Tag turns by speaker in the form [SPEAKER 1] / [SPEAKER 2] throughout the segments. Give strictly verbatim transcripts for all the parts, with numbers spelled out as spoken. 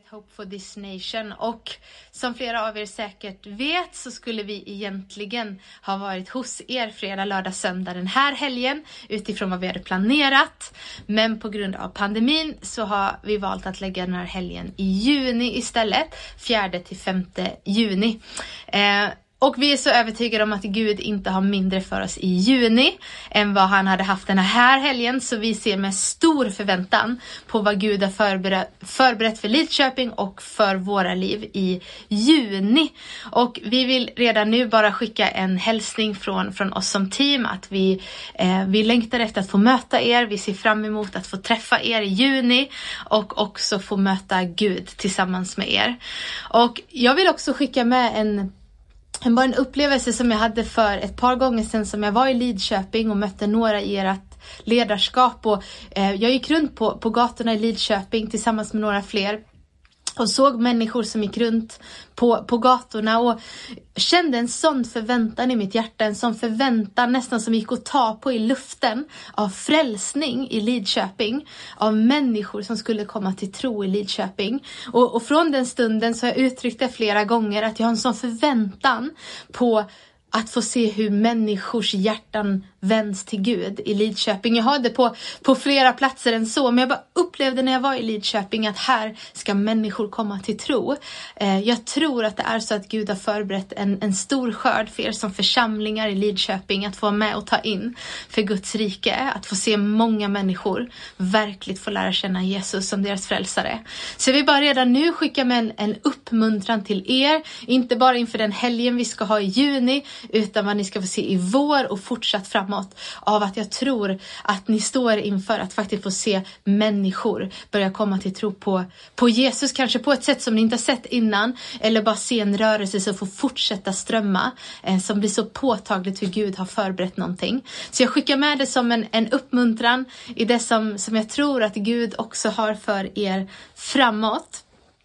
[SPEAKER 1] Hope for this nation, och som flera av er säkert vet så skulle vi egentligen ha varit hos er fredag, lördag, söndag den här helgen utifrån vad vi hade planerat, men på grund av pandemin så har vi valt att lägga den här helgen i juni istället, fjärde till femte juni. Eh, Och vi är så övertygade om att Gud inte har mindre för oss i juni än vad han hade haft den här helgen. Så vi ser med stor förväntan på vad Gud har förberett, förberett för Lidköping och för våra liv i juni. Och vi vill redan nu bara skicka en hälsning från, från oss som team. Att vi, eh, vi längtar efter att få möta er. Vi ser fram emot att få träffa er i juni. Och också få möta Gud tillsammans med er. Och jag vill också skicka med en... Det var en upplevelse som jag hade för ett par gånger sedan som jag var i Lidköping och mötte några i ert ledarskap. Och, eh, jag gick runt på, på gatorna i Lidköping tillsammans med några fler och såg människor som gick runt på, på gatorna och kände en sån förväntan i mitt hjärta. En sån förväntan nästan som gick att ta på i luften av frälsning i Lidköping. Av människor som skulle komma till tro i Lidköping. Och, och från den stunden så har jag uttryckt det flera gånger att jag har en sån förväntan på att få se hur människors hjärtan vänds till Gud i Lidköping. Jag hade på, på flera platser än så. Men jag bara upplevde när jag var i Lidköping att här ska människor komma till tro. Eh, jag tror att det är så att Gud har förberett en, en stor skörd för er som församlingar i Lidköping. Att få med och ta in för Guds rike. Att få se många människor verkligen få lära känna Jesus som deras frälsare. Så jag vill bara redan nu skicka med en, en uppmuntran till er. Inte bara inför den helgen vi ska ha i juni. Utan vad ni ska få se i vår och fortsatt framåt. Av att jag tror att ni står inför att faktiskt få se människor börja komma till tro på, på Jesus. Kanske på ett sätt som ni inte har sett innan. Eller bara se en rörelse som får fortsätta strömma. Eh, som blir så påtagligt hur Gud har förberett någonting. Så jag skickar med det som en, en uppmuntran i det som, som jag tror att Gud också har för er framåt.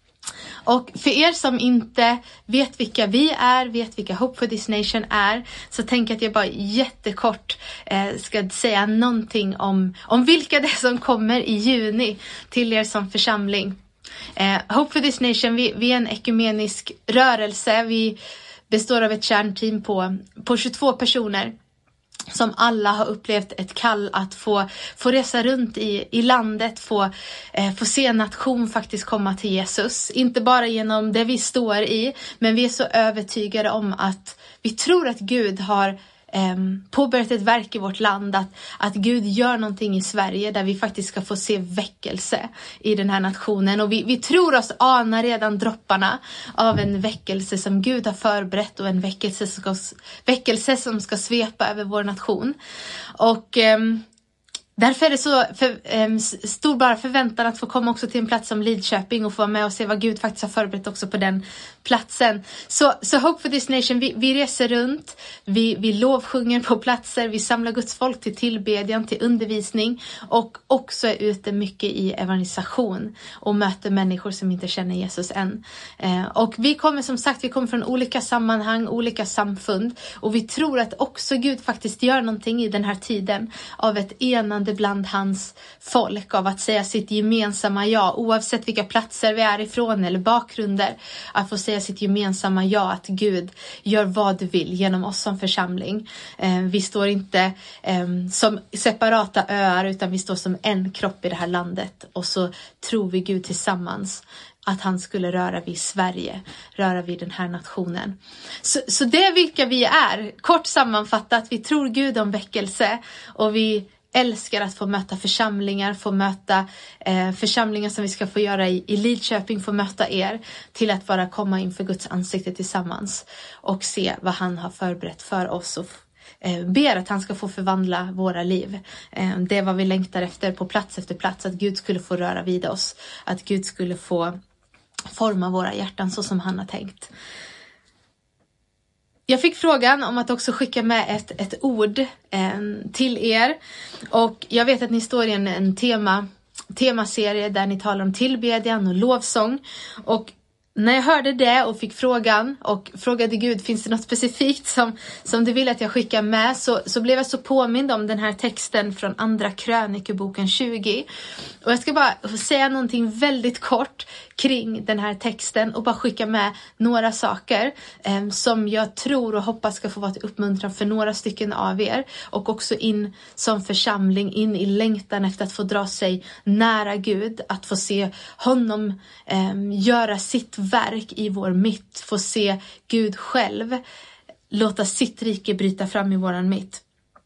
[SPEAKER 1] Och för er som inte vet vilka vi är, vet vilka Hope for this nation är, så tänker jag att jag bara jättekort eh, ska säga någonting om, om vilka det är som kommer i juni till er som församling. Eh, Hope for this nation, vi, vi är en ekumenisk rörelse. Vi består av ett kärnteam på, på tjugotvå personer. Som alla har upplevt ett kall att få, få resa runt i, i landet. Få, eh, få se en nation faktiskt komma till Jesus. Inte bara genom det vi står i. Men vi är så övertygade om att vi tror att Gud har eh, påbörjat ett verk i vårt land. Att, att Gud gör någonting i Sverige där vi faktiskt ska få se väckelse i den här nationen. Och vi, vi tror oss ana redan dropparna av en väckelse som Gud har förberett. Och en väckelse som ska, väckelse som ska svepa över vår nation. Och... Eh, Därför är det så för, eh, stor bara förväntan att få komma också till en plats som Lidköping och få vara med och se vad Gud faktiskt har förberett också på den platsen. Så, så Hope for this nation, vi, vi reser runt, vi, vi lovsjunger på platser, vi samlar Guds folk till tillbedjan, till undervisning och också är ute mycket i evangelisation och möter människor som inte känner Jesus än. Eh, och vi kommer som sagt, vi kommer från olika sammanhang, olika samfund och vi tror att också Gud faktiskt gör någonting i den här tiden av ett enande bland hans folk, av att säga sitt gemensamma ja oavsett vilka platser vi är ifrån eller bakgrunder, att få säga sitt gemensamma ja att Gud gör vad du vill genom oss som församling. Eh, vi står inte eh, som separata öar utan vi står som en kropp i det här landet och så tror vi Gud tillsammans att han skulle röra vid Sverige, röra vid den här nationen. Så, så det är vilka vi är. Kort sammanfattat, vi tror Gud om väckelse och vi älskar att få möta församlingar, få möta eh, församlingar som vi ska få göra i, i Lidköping, få möta er till att bara komma inför Guds ansikte tillsammans och se vad han har förberett för oss och eh, ber att han ska få förvandla våra liv. Eh, det är vad vi längtar efter på plats efter plats, att Gud skulle få röra vid oss, att Gud skulle få forma våra hjärtan så som han har tänkt. Jag fick frågan om att också skicka med ett, ett ord eh, till er. Och jag vet att ni står i en, en tema, temaserie där ni talar om tillbedjan och lovsång. Och när jag hörde det och fick frågan och frågade Gud, finns det något specifikt som, som du vill att jag skickar med, så, så blev jag så påmind om den här texten från andra krönikeboken tjugo. Och jag ska bara säga någonting väldigt kort kring den här texten och bara skicka med några saker eh, som jag tror och hoppas ska få vara till uppmuntran för några stycken av er, och också in som församling, in i längtan efter att få dra sig nära Gud, att få se honom eh, göra sitt verk i vår mitt, få se Gud själv låta sitt rike bryta fram i våran mitt.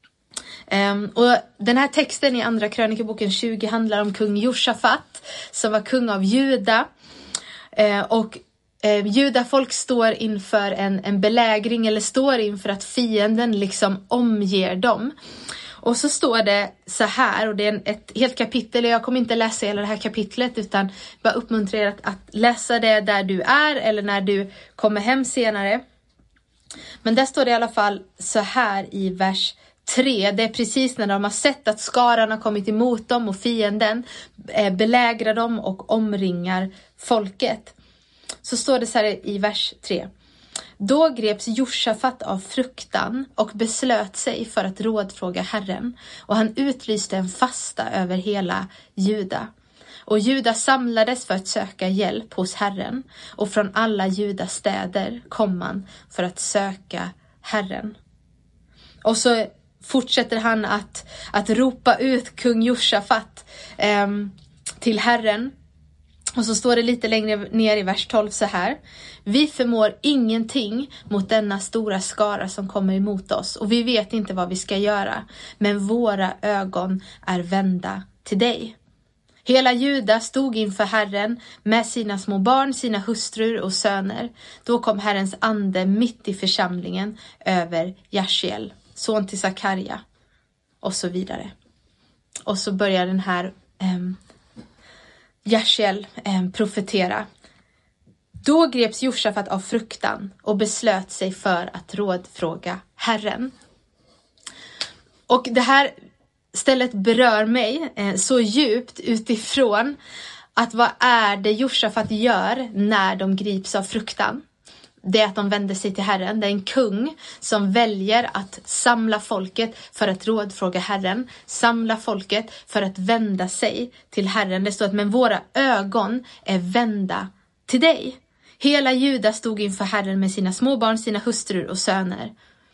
[SPEAKER 1] Um, och den här texten i andra krönikeboken tjugo handlar om kung Josafat som var kung av Juda, uh, och uh, Juda folk står inför en, en belägring, eller står inför att fienden liksom omger dem. Och så står det så här, och det är en, ett helt kapitel, och jag kommer inte läsa hela det här kapitlet utan bara uppmuntrar er att, att läsa det där du är eller när du kommer hem senare. Men där står det i alla fall så här i vers tre. Det är precis när de har sett att skaran har kommit emot dem och fienden eh, belägrar dem och omringar folket. Så står det så här i vers tre. Då greps Josafat av fruktan och beslöt sig för att rådfråga Herren, och han utlyste en fasta över hela Juda. Och Juda samlades för att söka hjälp hos Herren, och från alla Judas städer kom man för att söka Herren. Och så fortsätter han att, att ropa ut kung Josafat eh, till Herren. Och så står det lite längre ner i vers tolv så här. Vi förmår ingenting mot denna stora skara som kommer emot oss, och vi vet inte vad vi ska göra, men våra ögon är vända till dig. Hela Juda stod inför Herren med sina små barn, sina hustrur och söner. Då kom Herrens ande mitt i församlingen över Jashiel, son till Sakarja, och så vidare. Och så börjar den här eh, Jashiel eh, profetera. Då greps Josafat av fruktan och beslöt sig för att rådfråga Herren. Och det här stället berör mig eh, så djupt utifrån att vad är det Josafat gör när de grips av fruktan? Det är att de vänder sig till Herren. Det är en kung som väljer att samla folket för att rådfråga Herren. Samla folket för att vända sig till Herren. Det står att men våra ögon är vända till dig. Hela Juda stod inför Herren med sina småbarn, sina hustrur och söner.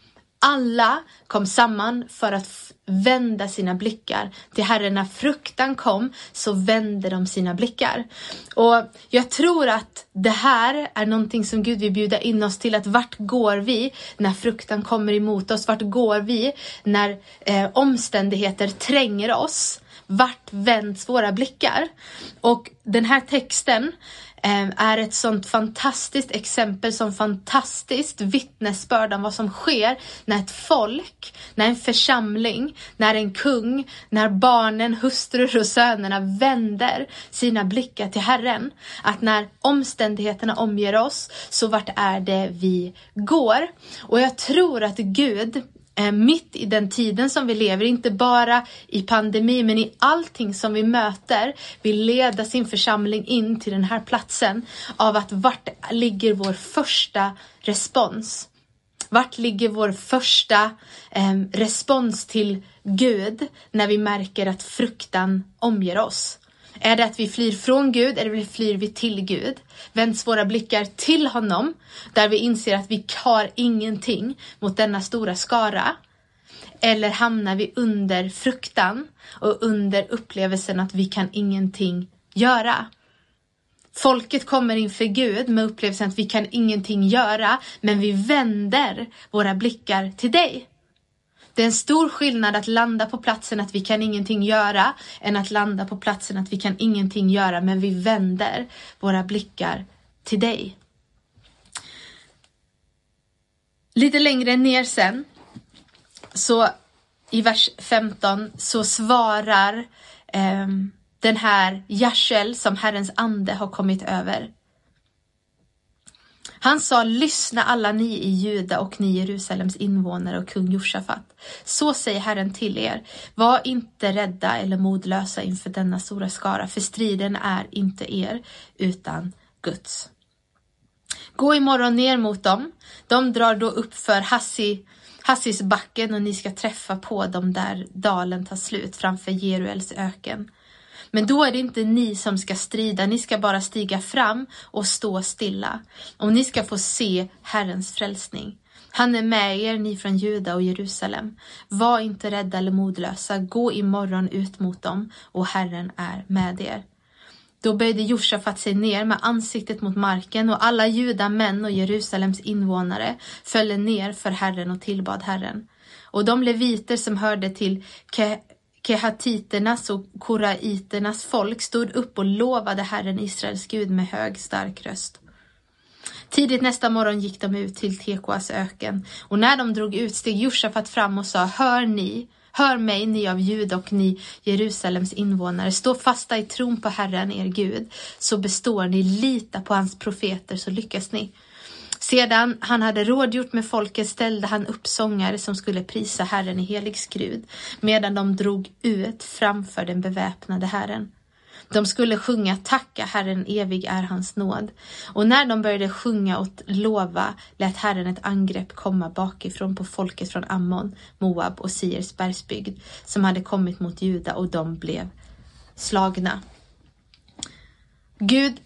[SPEAKER 1] Alla kom samman för att vända sina blickar till Herren. När fruktan kom så vände de sina blickar. Och jag tror att det här är någonting som Gud vill bjuda in oss till. Att vart går vi när fruktan kommer emot oss? Vart går vi när eh, omständigheter tränger oss? Vart vänds våra blickar? Och den här texten är ett sånt fantastiskt exempel, som fantastiskt vittnesbörd om vad som sker när ett folk, när en församling, när en kung, när barnen, hustrur och sönerna vänder sina blickar till Herren. Att när omständigheterna omger oss, så vart är det vi går? Och jag tror att Gud mitt i den tiden som vi lever, inte bara i pandemi men i allting som vi möter, vill leda sin församling in till den här platsen av att vart ligger vår första respons? Vart ligger vår första eh, respons till Gud när vi märker att fruktan omger oss? Är det att vi flyr från Gud, eller flyr vi till Gud? Vänds våra blickar till honom, där vi inser att vi har ingenting mot denna stora skara? Eller hamnar vi under fruktan och under upplevelsen att vi kan ingenting göra? Folket kommer inför Gud med upplevelsen att vi kan ingenting göra, men vi vänder våra blickar till dig. Det är en stor skillnad att landa på platsen att vi kan ingenting göra, än att landa på platsen att vi kan ingenting göra, men vi vänder våra blickar till dig. Lite längre ner sen, så i vers femton, så svarar eh, den här Jashiel, som Herrens ande har kommit över. Han sa, lyssna alla ni i Juda och ni Jerusalems invånare och kung Josafat. Så säger Herren till er, var inte rädda eller modlösa inför denna stora skara, för striden är inte er utan Guds. Gå imorgon ner mot dem. De drar då upp för Hassi, Hassis backen och ni ska träffa på dem där dalen tar slut framför Jeruels öken. Men då är det inte ni som ska strida, ni ska bara stiga fram och stå stilla. Och ni ska få se Herrens frälsning. Han är med er, ni från Juda och Jerusalem. Var inte rädda eller modlösa, gå imorgon ut mot dem och Herren är med er. Då böjde Josafat sig ner med ansiktet mot marken och alla judamän och Jerusalems invånare föll ner för Herren och tillbad Herren. Och de leviter som hörde till Ke- Kehatiternas och Koraiternas folk stod upp och lovade Herren Israels Gud med hög stark röst. Tidigt nästa morgon gick de ut till Tekoas öken och när de drog ut steg Josafat fram och sa: Hör ni, hör mig ni av Juda och ni Jerusalems invånare, stå fasta i tron på Herren er Gud, så består ni, lita på hans profeter så lyckas ni. Sedan han hade rådgjort med folket ställde han upp sångare som skulle prisa Herren i helig skrud, medan de drog ut framför den beväpnade Herren. De skulle sjunga tacka Herren, evig är hans nåd. Och när de började sjunga och lova lät Herren ett angrepp komma bakifrån på folket från Ammon, Moab och Siers bergsbygd som hade kommit mot Juda, och de blev slagna. Gud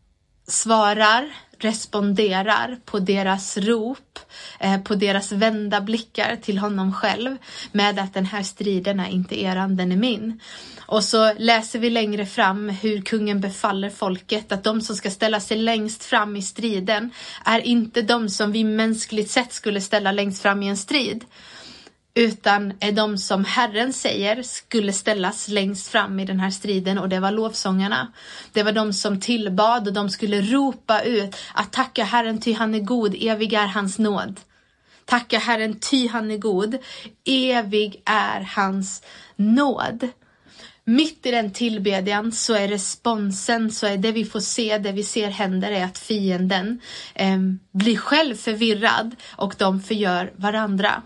[SPEAKER 1] svarar, responderar på deras rop, eh, på deras vända blickar till honom själv med att den här striden är inte eran, den är min. Och så läser vi längre fram hur kungen befaller folket att de som ska ställa sig längst fram i striden är inte de som vi mänskligt sett skulle ställa längst fram i en strid, utan är de som Herren säger skulle ställas längst fram i den här striden, och det var lovsångarna. Det var de som tillbad och de skulle ropa ut att tacka Herren ty han är god, evig är hans nåd. Tacka Herren ty han är god, evig är hans nåd. Mitt i den tillbedjan så är responsen, så är det vi får se, det vi ser händer är att fienden eh, blir själv förvirrad och de förgör varandra.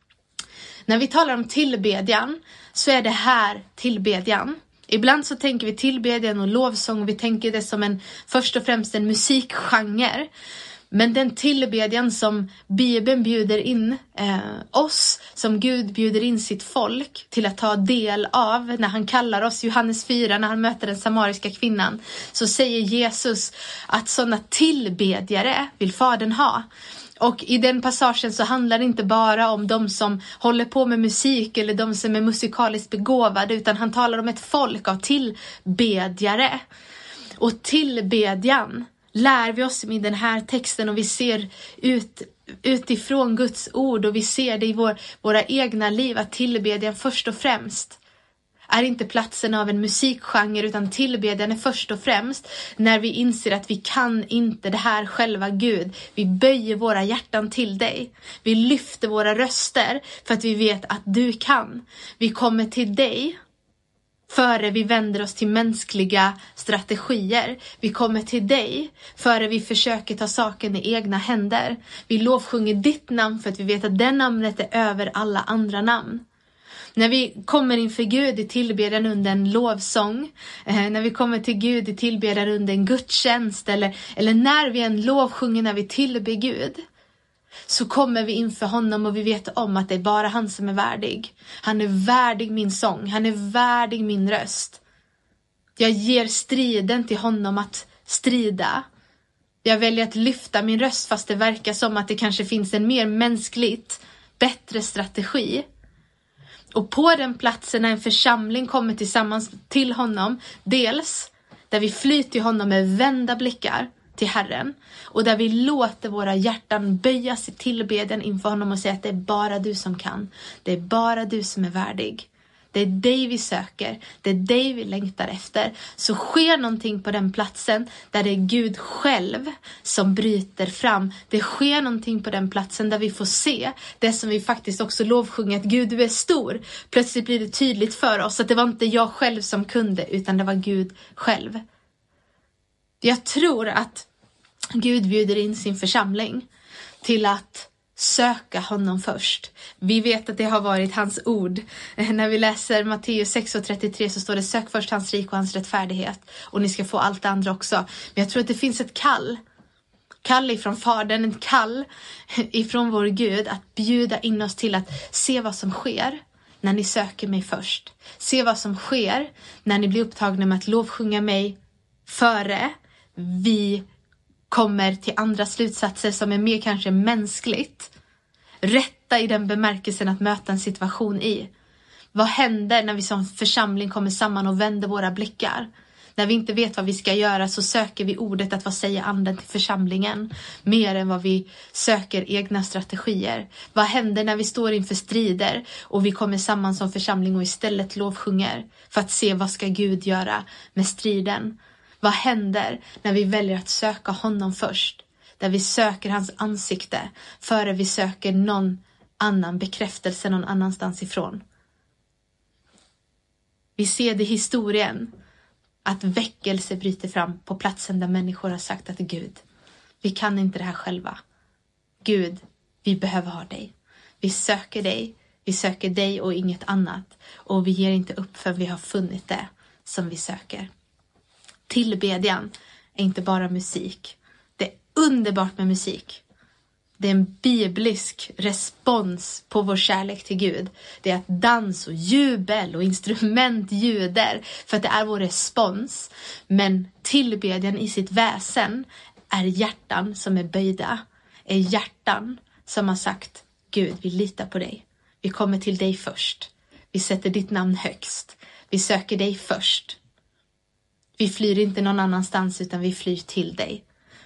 [SPEAKER 1] När vi talar om tillbedjan så är det här tillbedjan. Ibland så tänker vi tillbedjan och lovsång och vi tänker det som en först och främst en musikgenre. Men den tillbedjan som Bibeln bjuder in eh, oss, som Gud bjuder in sitt folk till att ta del av när han kallar oss, Johannes fyra, när han möter den samariska kvinnan, så säger Jesus att sådana tillbedjare vill Fadern ha. Och i den passagen så handlar det inte bara om de som håller på med musik eller de som är musikaliskt begåvade, utan han talar om ett folk av tillbedjare. Och tillbedjan lär vi oss i den här texten, och vi ser ut, utifrån Guds ord och vi ser det i vår, våra egna liv, att tillbedjan först och främst är inte platsen av en musikgenre, utan tillbedjan är först och främst när vi inser att vi kan inte det här själva, Gud. Vi böjer våra hjärtan till dig. Vi lyfter våra röster för att vi vet att du kan. Vi kommer till dig före vi vänder oss till mänskliga strategier. Vi kommer till dig före vi försöker ta saken i egna händer. Vi lovsjunger ditt namn för att vi vet att det namnet är över alla andra namn. När vi kommer inför Gud i tillbedjan under en lovsång, eh, när vi kommer till Gud i tillbedjan under en gudstjänst, eller, eller när vi en lovsjunger, när vi tillber Gud, så kommer vi inför honom och vi vet om att det är bara han som är värdig. Han är värdig min sång, han är värdig min röst. Jag ger striden till honom att strida. Jag väljer att lyfta min röst fast det verkar som att det kanske finns en mer mänskligt, bättre strategi. Och på den platsen när en församling kommer tillsammans till honom, dels där vi flyter till honom med vända blickar till Herren, och där vi låter våra hjärtan böjas i tillbedjan inför honom och säga att det är bara du som kan. Det är bara du som är värdig. Det är dig vi söker. Det är dig vi längtar efter. Så sker någonting på den platsen där det är Gud själv som bryter fram. Det sker någonting på den platsen där vi får se det som vi faktiskt också lovsjunger, att Gud, du är stor. Plötsligt blir det tydligt för oss att det var inte jag själv som kunde, utan det var Gud själv. Jag tror att Gud bjuder in sin församling till att söka honom först. Vi vet att det har varit hans ord. När vi läser Matteus sex och trettiotre så står det: sök först hans rik och hans rättfärdighet, och ni ska få allt det andra också. Men jag tror att det finns ett kall kall ifrån Fadern, en kall ifrån vår Gud att bjuda in oss till att se vad som sker när ni söker mig först. Se vad som sker när ni blir upptagna med att lovsjunga mig före vi kommer till andra slutsatser som är mer kanske mänskligt. Rätta i den bemärkelsen att möta en situation i. Vad händer när vi som församling kommer samman och vänder våra blickar? När vi inte vet vad vi ska göra så söker vi ordet att vad säger anden till församlingen. Mer än vad vi söker egna strategier. Vad händer när vi står inför strider och vi kommer samman som församling och istället lovsjunger för att se vad ska Gud göra med striden? Vad händer när vi väljer att söka honom först? Där vi söker hans ansikte före vi söker någon annan bekräftelse någon annanstans ifrån. Vi ser det i historien att väckelse bryter fram på platsen där människor har sagt att Gud, vi kan inte det här själva. Gud, vi behöver ha dig. Vi söker dig, vi söker dig och inget annat. Och vi ger inte upp för vi har funnit det som vi söker. Tillbedjan är inte bara musik. Det är underbart med musik. Det är en biblisk respons på vår kärlek till Gud. Det är att dans och jubel och instrumentljuder. För att det är vår respons. Men tillbedjan i sitt väsen är hjärtan som är böjda. Är hjärtan som har sagt, Gud, vi litar på dig. Vi kommer till dig först. Vi sätter ditt namn högst. Vi söker dig först. Vi flyr inte någon annanstans utan vi flyr till dig.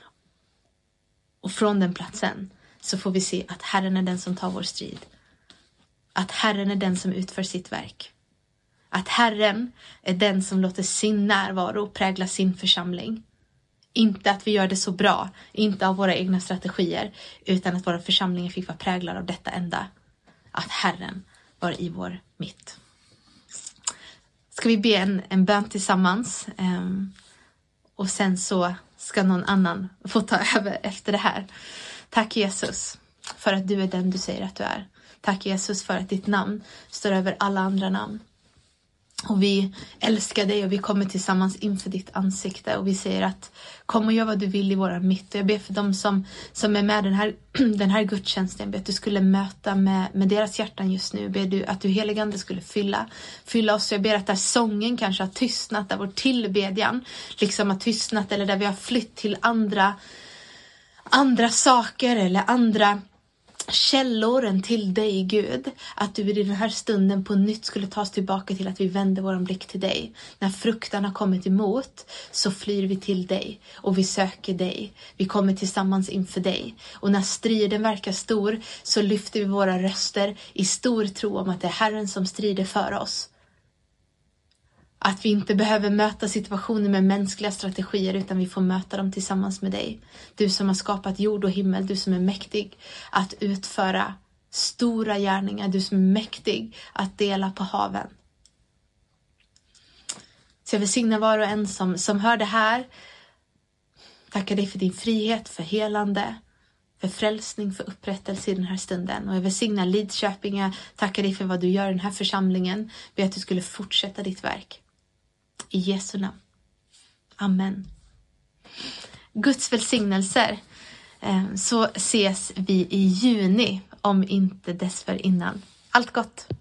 [SPEAKER 1] Och från den platsen så får vi se att Herren är den som tar vår strid. Att Herren är den som utför sitt verk. Att Herren är den som låter sin närvaro prägla sin församling. Inte att vi gör det så bra, inte av våra egna strategier, utan att våra församlingar fick vara präglade av detta enda. Att Herren var i vår mitt. Ska vi be en, en bön tillsammans. Um, och sen så ska någon annan få ta över efter det här. Tack Jesus för att du är den du säger att du är. Tack Jesus för att ditt namn står över alla andra namn. Och vi älskar dig och vi kommer tillsammans inför ditt ansikte. Och vi säger att kom och gör vad du vill i våra mitt. Och jag ber för dem som, som är med den här, den här gudstjänsten. Jag ber att du skulle möta med, med deras hjärtan just nu. Jag ber du, att du heligande skulle fylla, fylla oss. Jag ber att där sången kanske har tystnat. Där vår tillbedjan liksom har tystnat. Eller där vi har flytt till andra, andra saker eller andra källor än till dig Gud, att du i den här stunden på nytt skulle ta oss tillbaka till att vi vänder vår blick till dig. När fruktan har kommit emot så flyr vi till dig och vi söker dig. Vi kommer tillsammans inför dig. Och när striden verkar stor så lyfter vi våra röster i stor tro om att det är Herren som strider för oss. Att vi inte behöver möta situationer med mänskliga strategier utan vi får möta dem tillsammans med dig. Du som har skapat jord och himmel, du som är mäktig att utföra stora gärningar. Du som är mäktig att dela på haven. Så jag vill signa var och en som, som hör det här. Tackar dig för din frihet, för helande, för frälsning, för upprättelse i den här stunden. Och jag vill signa Lidköping. Jag tackar dig för vad du gör i den här församlingen. Ber att du skulle fortsätta ditt verk. I Jesu namn. Amen. Guds välsignelser. Så ses vi i juni, om inte dessförinnan. Allt gott!